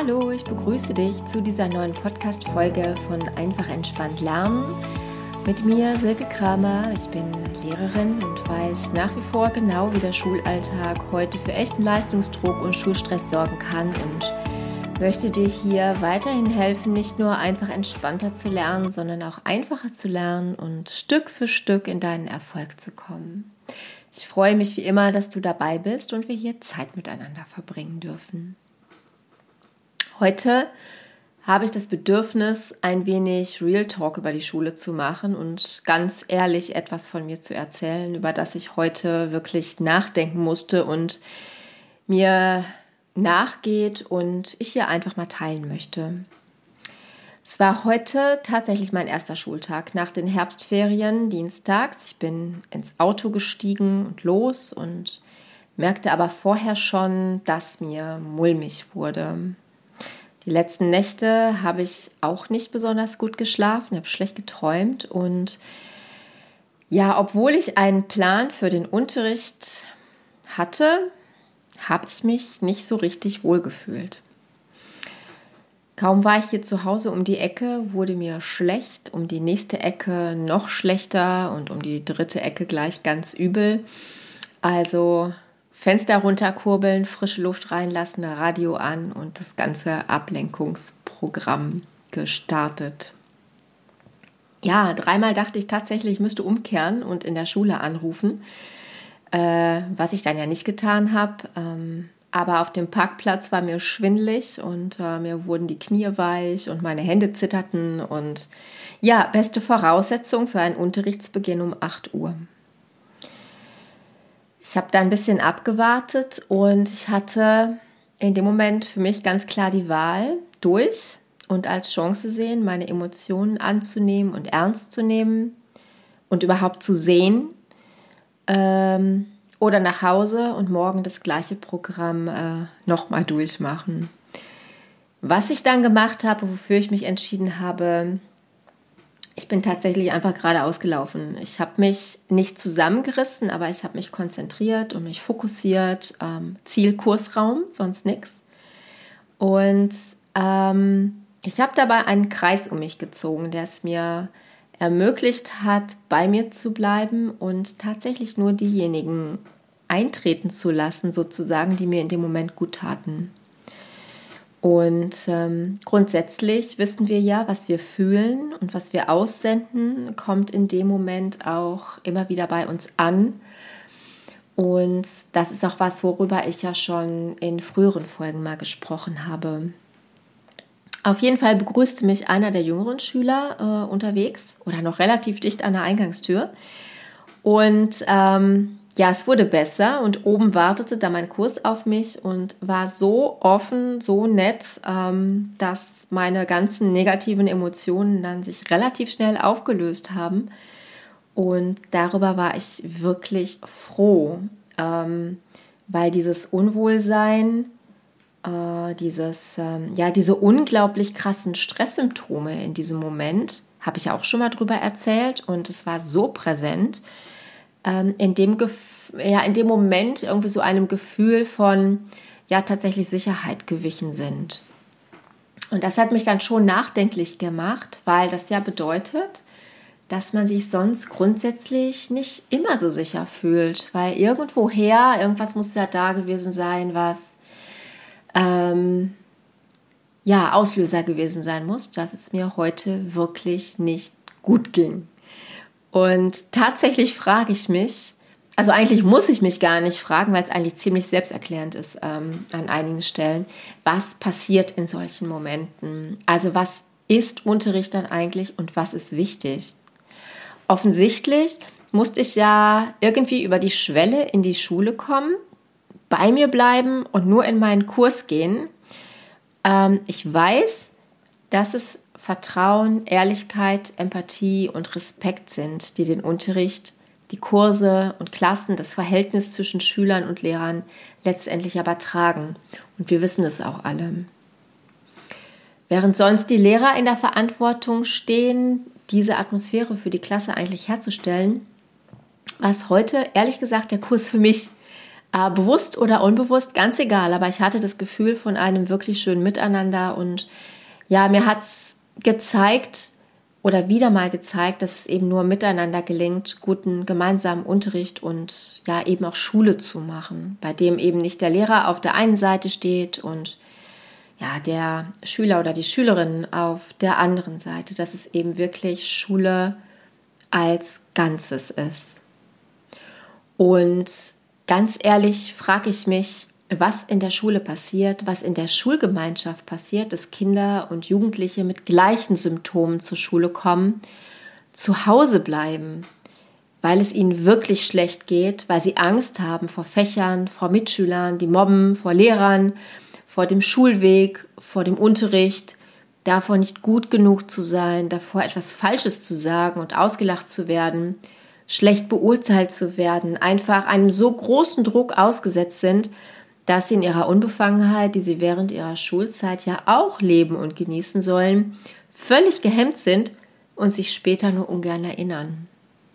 Hallo, ich begrüße dich zu dieser neuen Podcast-Folge von Einfach entspannt lernen. Mit mir Silke Kramer, ich bin Lehrerin und weiß nach wie vor genau, wie der Schulalltag heute für echten Leistungsdruck und Schulstress sorgen kann und möchte dir hier weiterhin helfen, nicht nur einfach entspannter zu lernen, sondern auch einfacher zu lernen und Stück für Stück in deinen Erfolg zu kommen. Ich freue mich wie immer, dass du dabei bist und wir hier Zeit miteinander verbringen dürfen. Heute habe ich das Bedürfnis, ein wenig Real Talk über die Schule zu machen und ganz ehrlich etwas von mir zu erzählen, über das ich heute wirklich nachdenken musste und mir nachgeht und ich hier einfach mal teilen möchte. Es war heute tatsächlich mein erster Schultag nach den Herbstferien, dienstags. Ich bin ins Auto gestiegen und los und merkte aber vorher schon, dass mir mulmig wurde. Die letzten Nächte habe ich auch nicht besonders gut geschlafen, habe schlecht geträumt und ja, obwohl ich einen Plan für den Unterricht hatte, habe ich mich nicht so richtig wohlgefühlt. Kaum war ich hier zu Hause um die Ecke, wurde mir schlecht, um die nächste Ecke noch schlechter und um die dritte Ecke gleich ganz übel. Also Fenster runterkurbeln, frische Luft reinlassen, Radio an und das ganze Ablenkungsprogramm gestartet. Ja, 3-mal dachte ich tatsächlich, ich müsste umkehren und in der Schule anrufen, was ich dann ja nicht getan habe. Aber auf dem Parkplatz war mir schwindelig und mir wurden die Knie weich und meine Hände zitterten. Und ja, beste Voraussetzung für einen Unterrichtsbeginn um 8 Uhr. Ich habe da ein bisschen abgewartet und ich hatte in dem Moment für mich ganz klar die Wahl, durch und als Chance sehen, meine Emotionen anzunehmen und ernst zu nehmen und überhaupt zu sehen, oder nach Hause und morgen das gleiche Programm nochmal durchmachen. Was ich dann gemacht habe, wofür ich mich entschieden habe, ich bin tatsächlich einfach geradeaus gelaufen. Ich habe mich nicht zusammengerissen, aber ich habe mich konzentriert und mich fokussiert. Ziel, Kursraum, sonst nichts. Und ich habe dabei einen Kreis um mich gezogen, der es mir ermöglicht hat, bei mir zu bleiben und tatsächlich nur diejenigen eintreten zu lassen, sozusagen, die mir in dem Moment gut taten. Und grundsätzlich wissen wir ja, was wir fühlen und was wir aussenden, kommt in dem Moment auch immer wieder bei uns an. Und das ist auch was, worüber ich ja schon in früheren Folgen mal gesprochen habe. Auf jeden Fall begrüßte mich einer der jüngeren Schüler unterwegs oder noch relativ dicht an der Eingangstür. Und ja, es wurde besser und oben wartete da mein Kurs auf mich und war so offen, so nett, dass meine ganzen negativen Emotionen dann sich relativ schnell aufgelöst haben. Und darüber war ich wirklich froh, weil dieses Unwohlsein, diese unglaublich krassen Stresssymptome in diesem Moment, habe ich auch schon mal drüber erzählt und es war so präsent, in dem Moment irgendwie so einem Gefühl von tatsächlich Sicherheit gewichen sind. Und das hat mich dann schon nachdenklich gemacht, weil das ja bedeutet, dass man sich sonst grundsätzlich nicht immer so sicher fühlt, weil irgendwas muss ja da gewesen sein, was Auslöser gewesen sein muss, dass es mir heute wirklich nicht gut ging. Und tatsächlich frage ich mich, also eigentlich muss ich mich gar nicht fragen, weil es eigentlich ziemlich selbsterklärend ist an einigen Stellen, was passiert in solchen Momenten? Also was ist Unterricht dann eigentlich und was ist wichtig? Offensichtlich musste ich ja irgendwie über die Schwelle in die Schule kommen, bei mir bleiben und nur in meinen Kurs gehen. Ich weiß, dass es Vertrauen, Ehrlichkeit, Empathie und Respekt sind, die den Unterricht, die Kurse und Klassen, das Verhältnis zwischen Schülern und Lehrern letztendlich aber tragen. Und wir wissen es auch alle. Während sonst die Lehrer in der Verantwortung stehen, diese Atmosphäre für die Klasse eigentlich herzustellen, war es heute, ehrlich gesagt, der Kurs für mich. Bewusst oder unbewusst, ganz egal, aber ich hatte das Gefühl von einem wirklich schönen Miteinander und ja, mir hat es gezeigt oder wieder mal gezeigt, dass es eben nur miteinander gelingt, guten gemeinsamen Unterricht und ja eben auch Schule zu machen, bei dem eben nicht der Lehrer auf der einen Seite steht und ja, der Schüler oder die Schülerin auf der anderen Seite, dass es eben wirklich Schule als Ganzes ist. Und ganz ehrlich frage ich mich, was in der Schule passiert, was in der Schulgemeinschaft passiert, dass Kinder und Jugendliche mit gleichen Symptomen zur Schule kommen, zu Hause bleiben, weil es ihnen wirklich schlecht geht, weil sie Angst haben vor Fächern, vor Mitschülern, die mobben, vor Lehrern, vor dem Schulweg, vor dem Unterricht, davor nicht gut genug zu sein, davor etwas Falsches zu sagen und ausgelacht zu werden, schlecht beurteilt zu werden, einfach einem so großen Druck ausgesetzt sind, dass sie in ihrer Unbefangenheit, die sie während ihrer Schulzeit ja auch leben und genießen sollen, völlig gehemmt sind und sich später nur ungern erinnern.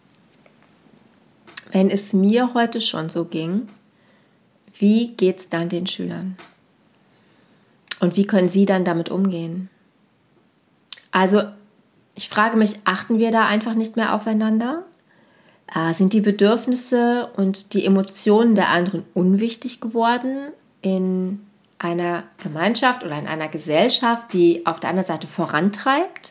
Wenn es mir heute schon so ging, wie geht es dann den Schülern? Und wie können sie dann damit umgehen? Also, ich frage mich, achten wir da einfach nicht mehr aufeinander? Sind die Bedürfnisse und die Emotionen der anderen unwichtig geworden in einer Gemeinschaft oder in einer Gesellschaft, die auf der anderen Seite vorantreibt,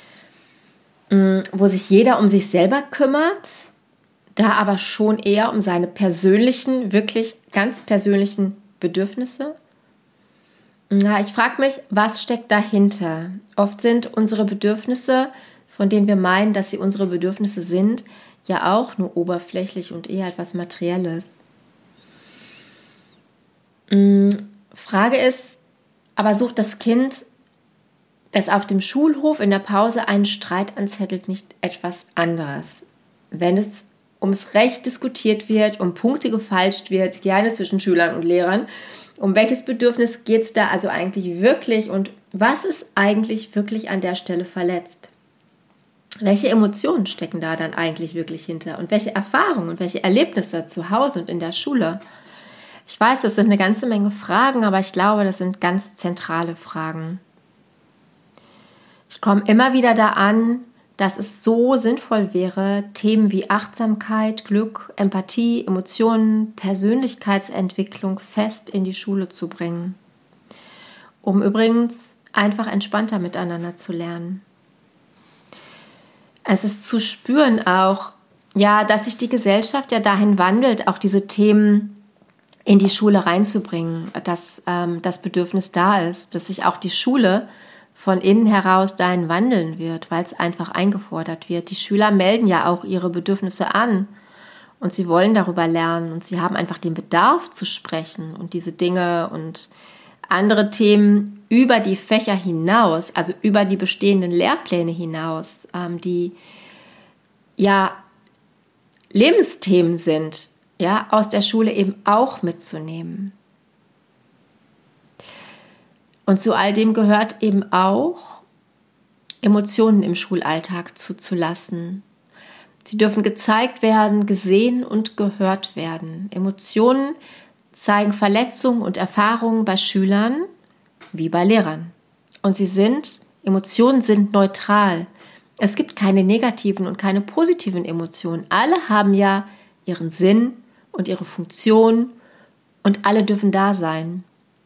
wo sich jeder um sich selber kümmert, da aber schon eher um seine persönlichen, wirklich ganz persönlichen Bedürfnisse? Ja, ich frage mich, was steckt dahinter? Oft sind unsere Bedürfnisse, von denen wir meinen, dass sie unsere Bedürfnisse sind, ja auch nur oberflächlich und eher etwas Materielles. Frage ist, aber sucht das Kind, das auf dem Schulhof in der Pause einen Streit anzettelt, nicht etwas anderes? Wenn es ums Recht diskutiert wird, um Punkte gefeilscht wird, gerne zwischen Schülern und Lehrern, um welches Bedürfnis geht es da also eigentlich wirklich und was ist eigentlich wirklich an der Stelle verletzt? Welche Emotionen stecken da dann eigentlich wirklich hinter und welche Erfahrungen und welche Erlebnisse zu Hause und in der Schule? Ich weiß, das sind eine ganze Menge Fragen, aber ich glaube, das sind ganz zentrale Fragen. Ich komme immer wieder da an, dass es so sinnvoll wäre, Themen wie Achtsamkeit, Glück, Empathie, Emotionen, Persönlichkeitsentwicklung fest in die Schule zu bringen, um übrigens einfach entspannter miteinander zu lernen. Es ist zu spüren auch, ja, dass sich die Gesellschaft ja dahin wandelt, auch diese Themen in die Schule reinzubringen, dass das Bedürfnis da ist, dass sich auch die Schule von innen heraus dahin wandeln wird, weil es einfach eingefordert wird. Die Schüler melden ja auch ihre Bedürfnisse an und sie wollen darüber lernen und sie haben einfach den Bedarf zu sprechen und diese Dinge und andere Themen über die Fächer hinaus, also über die bestehenden Lehrpläne hinaus, die ja Lebensthemen sind, ja, aus der Schule eben auch mitzunehmen. Und zu all dem gehört eben auch, Emotionen im Schulalltag zuzulassen. Sie dürfen gezeigt werden, gesehen und gehört werden. Emotionen zeigen Verletzungen und Erfahrungen bei Schülern wie bei Lehrern. Und Emotionen sind neutral. Es gibt keine negativen und keine positiven Emotionen. Alle haben ja ihren Sinn und ihre Funktion und alle dürfen da sein.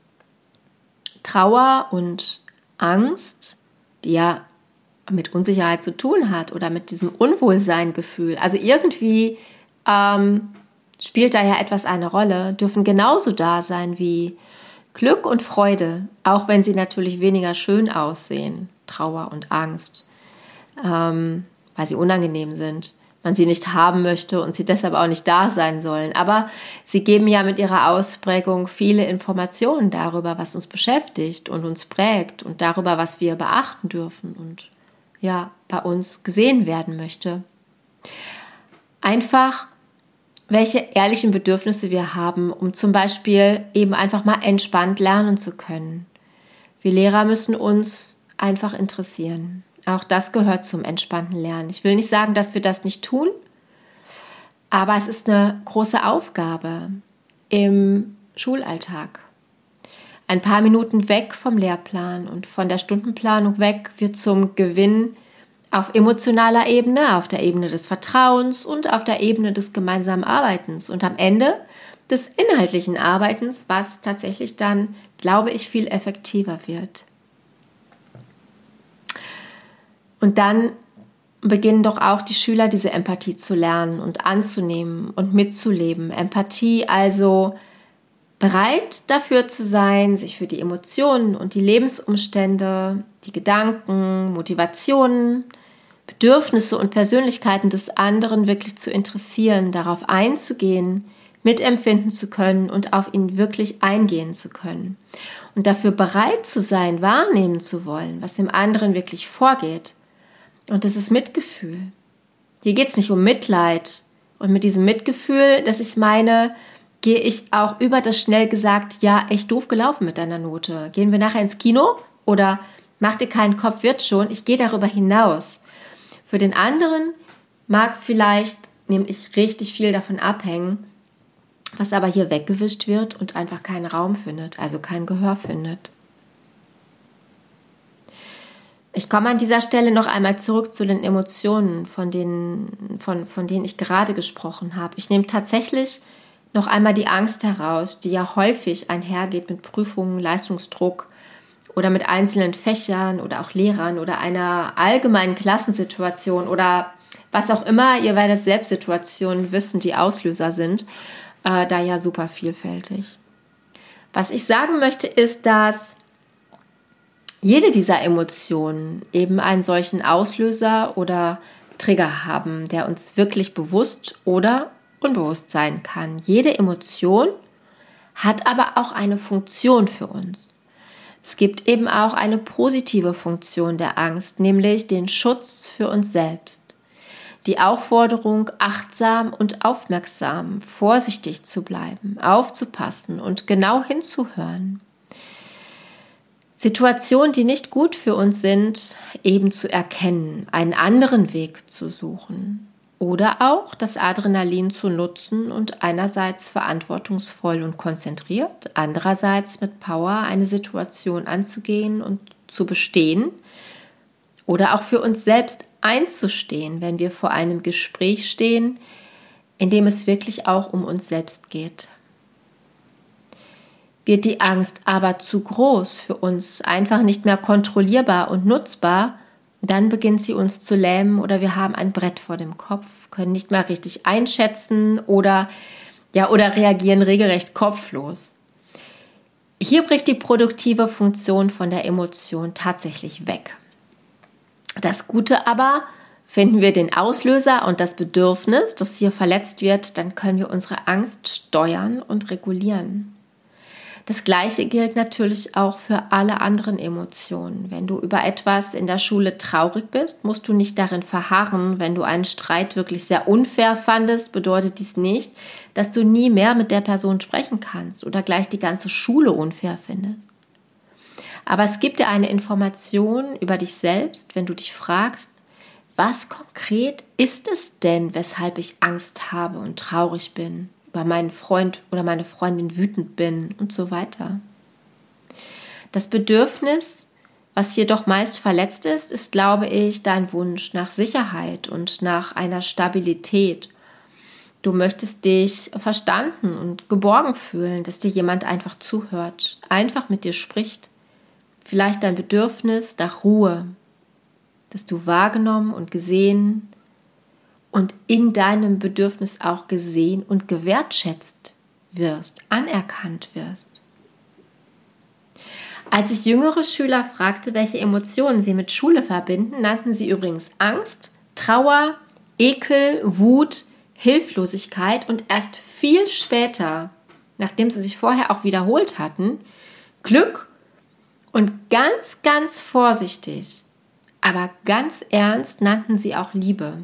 Trauer und Angst, die ja mit Unsicherheit zu tun hat oder mit diesem Unwohlseingefühl, also irgendwie spielt da ja etwas eine Rolle, dürfen genauso da sein wie Glück und Freude, auch wenn sie natürlich weniger schön aussehen, Trauer und Angst, weil sie unangenehm sind, man sie nicht haben möchte und sie deshalb auch nicht da sein sollen. Aber sie geben ja mit ihrer Ausprägung viele Informationen darüber, was uns beschäftigt und uns prägt und darüber, was wir beachten dürfen und ja, bei uns gesehen werden möchte. Einfach, welche ehrlichen Bedürfnisse wir haben, um zum Beispiel eben einfach mal entspannt lernen zu können. Wir Lehrer müssen uns einfach interessieren. Auch das gehört zum entspannten Lernen. Ich will nicht sagen, dass wir das nicht tun, aber es ist eine große Aufgabe, im Schulalltag. Ein paar Minuten weg vom Lehrplan und von der Stundenplanung weg wird zum Gewinn auf emotionaler Ebene, auf der Ebene des Vertrauens und auf der Ebene des gemeinsamen Arbeitens und am Ende des inhaltlichen Arbeitens, was tatsächlich dann, glaube ich, viel effektiver wird. Und dann beginnen doch auch die Schüler diese Empathie zu lernen und anzunehmen und mitzuleben. Empathie also bereit dafür zu sein, sich für die Emotionen und die Lebensumstände, die Gedanken, Motivationen, Bedürfnisse und Persönlichkeiten des anderen wirklich zu interessieren, darauf einzugehen, mitempfinden zu können und auf ihn wirklich eingehen zu können. Und dafür bereit zu sein, wahrnehmen zu wollen, was im anderen wirklich vorgeht. Und das ist Mitgefühl. Hier geht es nicht um Mitleid. Und mit diesem Mitgefühl, das ich meine, gehe ich auch über das schnell gesagt, ja, echt doof gelaufen mit deiner Note. Gehen wir nachher ins Kino? Oder mach dir keinen Kopf, wird schon. Ich gehe darüber hinaus. Für den anderen mag vielleicht nämlich richtig viel davon abhängen, was aber hier weggewischt wird und einfach keinen Raum findet, also kein Gehör findet. Ich komme an dieser Stelle noch einmal zurück zu den Emotionen, von denen ich gerade gesprochen habe. Ich nehme tatsächlich noch einmal die Angst heraus, die ja häufig einhergeht mit Prüfungen, Leistungsdruck oder mit einzelnen Fächern oder auch Lehrern oder einer allgemeinen Klassensituation oder was auch immer. Ihr werdet selbst Situationen wissen, die Auslöser sind, da ja super vielfältig. Was ich sagen möchte, ist, dass jede dieser Emotionen eben einen solchen Auslöser oder Trigger haben, der uns wirklich bewusst oder unbewusst sein kann. Jede Emotion hat aber auch eine Funktion für uns. Es gibt eben auch eine positive Funktion der Angst, nämlich den Schutz für uns selbst. Die Aufforderung, achtsam und aufmerksam, vorsichtig zu bleiben, aufzupassen und genau hinzuhören. Situationen, die nicht gut für uns sind, eben zu erkennen, einen anderen Weg zu suchen oder auch das Adrenalin zu nutzen und einerseits verantwortungsvoll und konzentriert, andererseits mit Power eine Situation anzugehen und zu bestehen oder auch für uns selbst einzustehen, wenn wir vor einem Gespräch stehen, in dem es wirklich auch um uns selbst geht. Wird die Angst aber zu groß für uns, einfach nicht mehr kontrollierbar und nutzbar, dann beginnt sie uns zu lähmen oder wir haben ein Brett vor dem Kopf, können nicht mehr richtig einschätzen oder reagieren regelrecht kopflos. Hier bricht die produktive Funktion von der Emotion tatsächlich weg. Das Gute aber, finden wir den Auslöser und das Bedürfnis, das hier verletzt wird, dann können wir unsere Angst steuern und regulieren. Das Gleiche gilt natürlich auch für alle anderen Emotionen. Wenn du über etwas in der Schule traurig bist, musst du nicht darin verharren. Wenn du einen Streit wirklich sehr unfair fandest, bedeutet dies nicht, dass du nie mehr mit der Person sprechen kannst oder gleich die ganze Schule unfair findest. Aber es gibt dir eine Information über dich selbst, wenn du dich fragst, was konkret ist es denn, weshalb ich Angst habe und traurig bin, über meinen Freund oder meine Freundin wütend bin und so weiter. Das Bedürfnis, was hier doch meist verletzt ist, glaube ich, dein Wunsch nach Sicherheit und nach einer Stabilität. Du möchtest dich verstanden und geborgen fühlen, dass dir jemand einfach zuhört, einfach mit dir spricht. Vielleicht dein Bedürfnis nach Ruhe, dass du wahrgenommen und gesehen und in deinem Bedürfnis auch gesehen und gewertschätzt wirst, anerkannt wirst. Als ich jüngere Schüler fragte, welche Emotionen sie mit Schule verbinden, nannten sie übrigens Angst, Trauer, Ekel, Wut, Hilflosigkeit und erst viel später, nachdem sie sich vorher auch wiederholt hatten, Glück und ganz, ganz vorsichtig, aber ganz ernst nannten sie auch Liebe.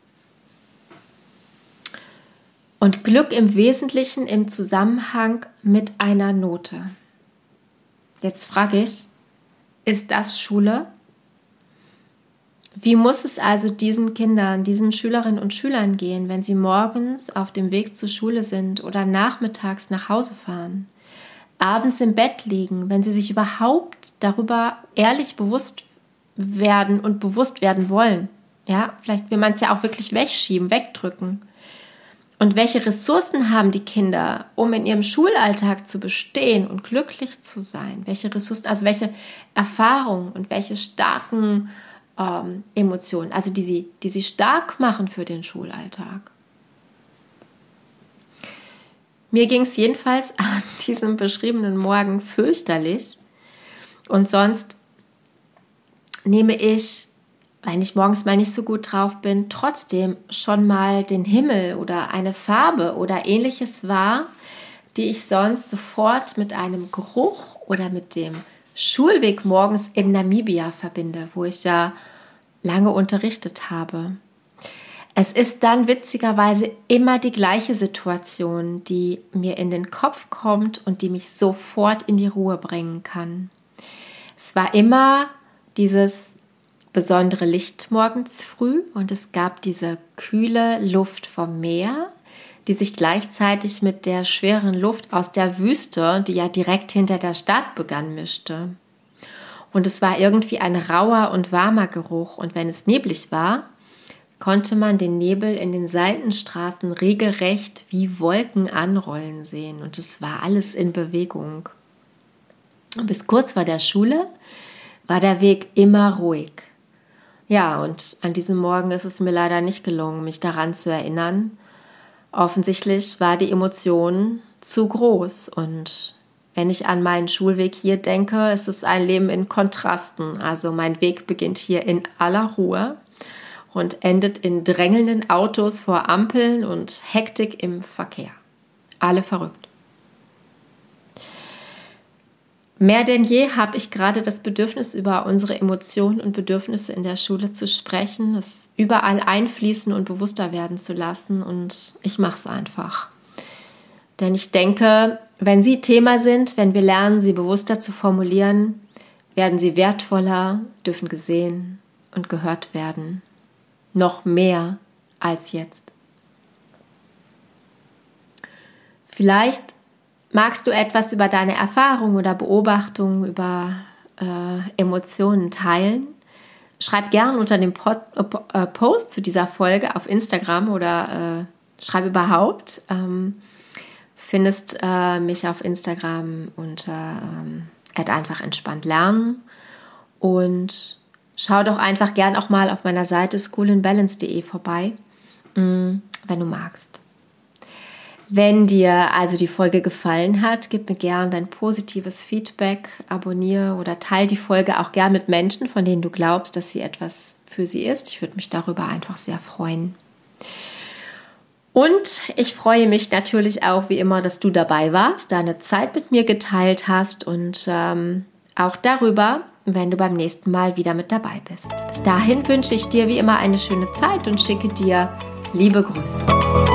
Und Glück im Wesentlichen im Zusammenhang mit einer Note. Jetzt frage ich, ist das Schule? Wie muss es also diesen Kindern, diesen Schülerinnen und Schülern gehen, wenn sie morgens auf dem Weg zur Schule sind oder nachmittags nach Hause fahren, abends im Bett liegen, wenn sie sich überhaupt darüber ehrlich bewusst werden und bewusst werden wollen? Ja, vielleicht will man es ja auch wirklich wegschieben, wegdrücken. Und welche Ressourcen haben die Kinder, um in ihrem Schulalltag zu bestehen und glücklich zu sein? Welche Ressourcen, also welche Erfahrungen und welche starken Emotionen, also die sie stark machen für den Schulalltag? Mir ging es jedenfalls an diesem beschriebenen Morgen fürchterlich. Und sonst nehme ich, wenn ich morgens mal nicht so gut drauf bin, trotzdem schon mal den Himmel oder eine Farbe oder ähnliches wahr, die ich sonst sofort mit einem Geruch oder mit dem Schulweg morgens in Namibia verbinde, wo ich ja lange unterrichtet habe. Es ist dann witzigerweise immer die gleiche Situation, die mir in den Kopf kommt und die mich sofort in die Ruhe bringen kann. Es war immer dieses besondere Licht morgens früh und es gab diese kühle Luft vom Meer, die sich gleichzeitig mit der schweren Luft aus der Wüste, die ja direkt hinter der Stadt begann, mischte. Und es war irgendwie ein rauer und warmer Geruch und wenn es neblig war, konnte man den Nebel in den Seitenstraßen regelrecht wie Wolken anrollen sehen und es war alles in Bewegung. Bis kurz vor der Schule war der Weg immer ruhig. Ja, und an diesem Morgen ist es mir leider nicht gelungen, mich daran zu erinnern. Offensichtlich war die Emotion zu groß und wenn ich an meinen Schulweg hier denke, ist es ein Leben in Kontrasten. Also mein Weg beginnt hier in aller Ruhe und endet in drängelnden Autos vor Ampeln und Hektik im Verkehr. Alle verrückt. Mehr denn je habe ich gerade das Bedürfnis, über unsere Emotionen und Bedürfnisse in der Schule zu sprechen, es überall einfließen und bewusster werden zu lassen und ich mache es einfach. Denn ich denke, wenn sie Thema sind, wenn wir lernen, sie bewusster zu formulieren, werden sie wertvoller, dürfen gesehen und gehört werden. Noch mehr als jetzt. Vielleicht magst du etwas über deine Erfahrungen oder Beobachtungen über Emotionen teilen? Schreib gern unter dem Post zu dieser Folge auf Instagram oder schreib überhaupt. Findest mich auf Instagram unter @einfachentspanntlernen und schau doch einfach gern auch mal auf meiner Seite schoolinbalance.de vorbei, wenn du magst. Wenn dir also die Folge gefallen hat, gib mir gern dein positives Feedback, abonniere oder teile die Folge auch gern mit Menschen, von denen du glaubst, dass sie etwas für sie ist. Ich würde mich darüber einfach sehr freuen. Und ich freue mich natürlich auch wie immer, dass du dabei warst, deine Zeit mit mir geteilt hast und auch darüber, wenn du beim nächsten Mal wieder mit dabei bist. Bis dahin wünsche ich dir wie immer eine schöne Zeit und schicke dir liebe Grüße.